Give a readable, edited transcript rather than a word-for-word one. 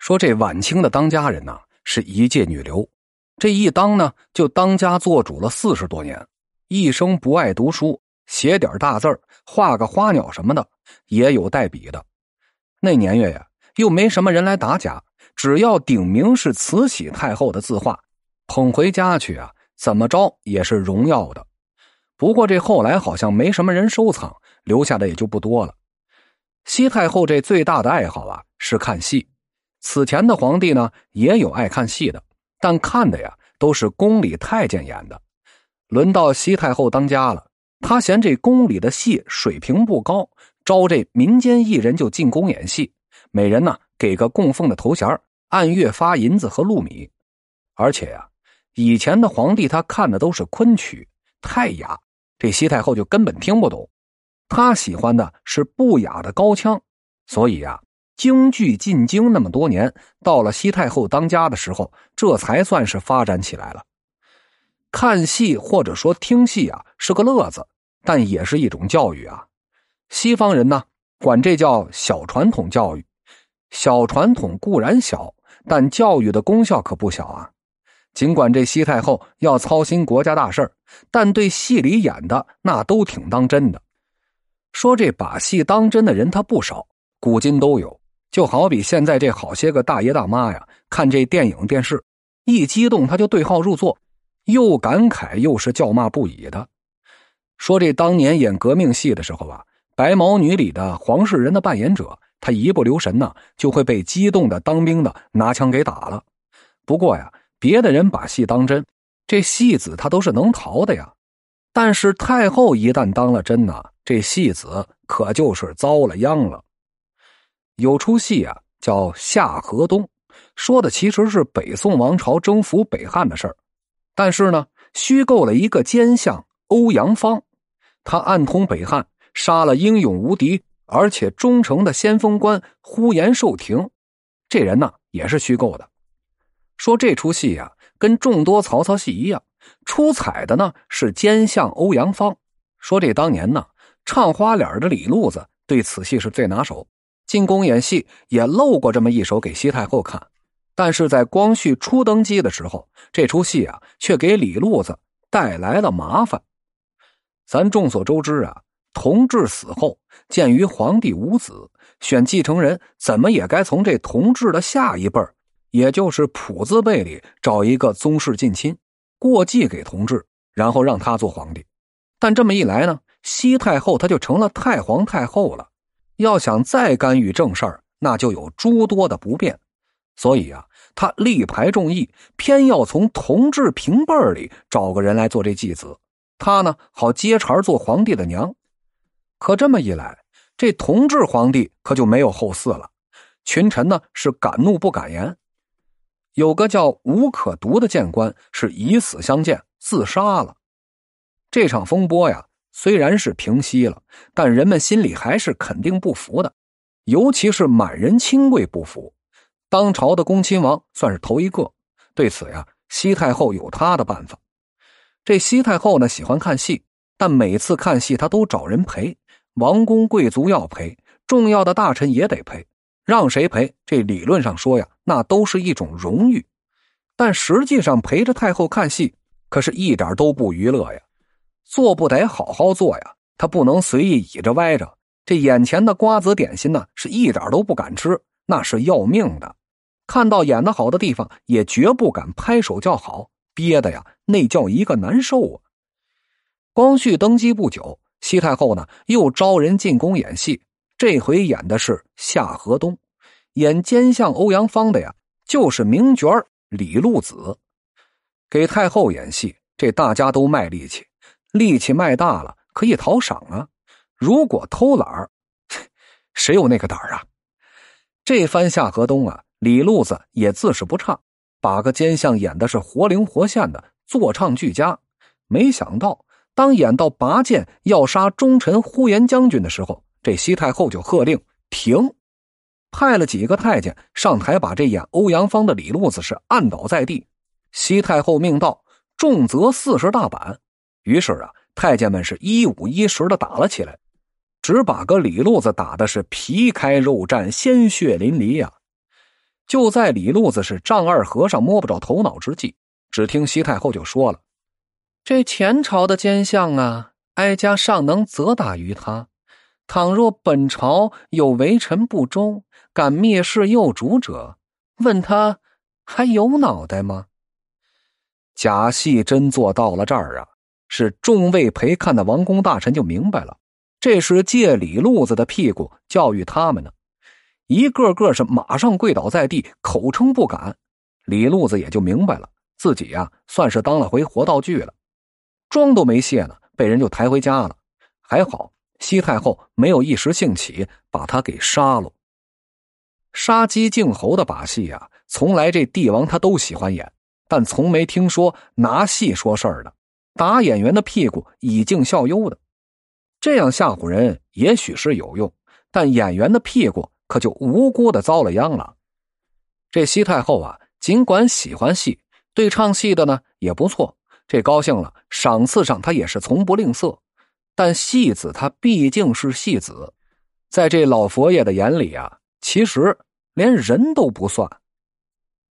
说这晚清的当家人是一介女流，这一当呢就当家做主了40多年，一生不爱读书，写点大字儿，画个花鸟什么的也有代笔的。那年月呀，又没什么人来打假，只要顶明是慈禧太后的字画，捧回家去怎么着也是荣耀的。不过这后来好像没什么人收藏，留下的也就不多了。西太后这最大的爱好是看戏。此前的皇帝呢也有爱看戏的，但看的都是宫里太监演的。轮到西太后当家了，她嫌这宫里的戏水平不高，招这民间艺人就进宫演戏，每人给个供奉的头衔，按月发银子和禄米。而且以前的皇帝他看的都是昆曲太雅，这西太后就根本听不懂，他喜欢的是不雅的高腔。所以京剧进京那么多年，到了西太后当家的时候，这才算是发展起来了。看戏或者说听戏是个乐子，但也是一种教育西方人呢管这叫小传统教育。小传统固然小，但教育的功效可不小尽管这西太后要操心国家大事，但对戏里演的那都挺当真的。说这把戏当真的人他不少，古今都有。就好比现在这好些个大爷大妈看这电影电视，一激动他就对号入座，又感慨又是叫骂不已的。说这当年演革命戏的时候白毛女里的黄世仁的扮演者，他一不留神就会被激动的当兵的拿枪给打了。不过别的人把戏当真，这戏子他都是能逃的但是太后一旦当了真这戏子可就是遭了殃了。有出戏叫《夏河东》，说的其实是北宋王朝征服北汉的事儿，但是呢虚构了一个奸相欧阳芳，他暗通北汉，杀了英勇无敌而且忠诚的先锋官呼延寿庭，这人也是虚构的。说这出戏跟众多曹操戏一样，出彩的呢是奸相欧阳芳。说这当年唱花脸的李路子对此戏是最拿手，进宫演戏也露过这么一手给西太后看。但是在光绪初登基的时候，这出戏却给李路子带来了麻烦。咱众所周知同治死后，鉴于皇帝无子，选继承人怎么也该从这同治的下一辈儿，也就是溥字辈里找一个宗室近亲过继给同治，然后让他做皇帝。但这么一来呢，西太后她就成了太皇太后了，要想再干预正事儿，那就有诸多的不便。所以他力排众议，偏要从同治平辈里找个人来做这继子，他呢好接茬做皇帝的娘。可这么一来，这同治皇帝可就没有后嗣了，群臣呢是敢怒不敢言。有个叫吴可独的谏官是以死相见，自杀了。这场风波虽然是平息了，但人们心里还是肯定不服的，尤其是满人亲贵不服。当朝的恭亲王算是头一个，对此西太后有她的办法。这西太后呢喜欢看戏，但每次看戏她都找人陪，王公贵族要陪，重要的大臣也得陪，让谁陪这理论上说那都是一种荣誉。但实际上陪着太后看戏可是一点都不娱乐做不得好好做他不能随意倚着歪着，这眼前的瓜子点心呢是一点都不敢吃，那是要命的。看到演得好的地方也绝不敢拍手叫好，憋得那叫一个难受光绪登基不久，西太后呢又招人进宫演戏，这回演的是夏河东，演奸相欧阳芳的就是名角李路子。给太后演戏，这大家都卖力气，力气卖大了可以讨赏如果偷懒儿，谁有那个胆儿这番夏河东李路子也自是不差，把个奸相演的是活灵活现的，作唱俱佳。没想到当演到拔剑要杀忠臣呼延将军的时候，这西太后就喝令停，派了几个太监上台把这演欧阳芳的李路子是按倒在地。西太后命道重则40大板，于是太监们是一五一十的打了起来，只把个李路子打的是皮开肉绽，鲜血淋漓就在李路子是丈二和尚摸不着头脑之际，只听西太后就说了：“这前朝的奸相啊，哀家尚能责打于他，倘若本朝有为臣不忠，敢蔑视幼主者，问他还有脑袋吗？”假戏真做到了这儿啊，是众位陪看的王公大臣就明白了，这是借李路子的屁股教育他们呢。一个个是马上跪倒在地，口称不敢。李路子也就明白了，自己呀算是当了回活道具了，妆都没卸呢，被人就抬回家了。还好西太后没有一时兴起把他给杀了。杀鸡儆猴的把戏啊，从来这帝王他都喜欢演，但从没听说拿戏说事儿的，打演员的屁股以儆效尤的。这样吓唬人也许是有用，但演员的屁股可就无辜的遭了殃了。这西太后啊，尽管喜欢戏，对唱戏的呢也不错，这高兴了，赏赐上她也是从不吝啬。但戏子她毕竟是戏子，在这老佛爷的眼里啊，其实连人都不算。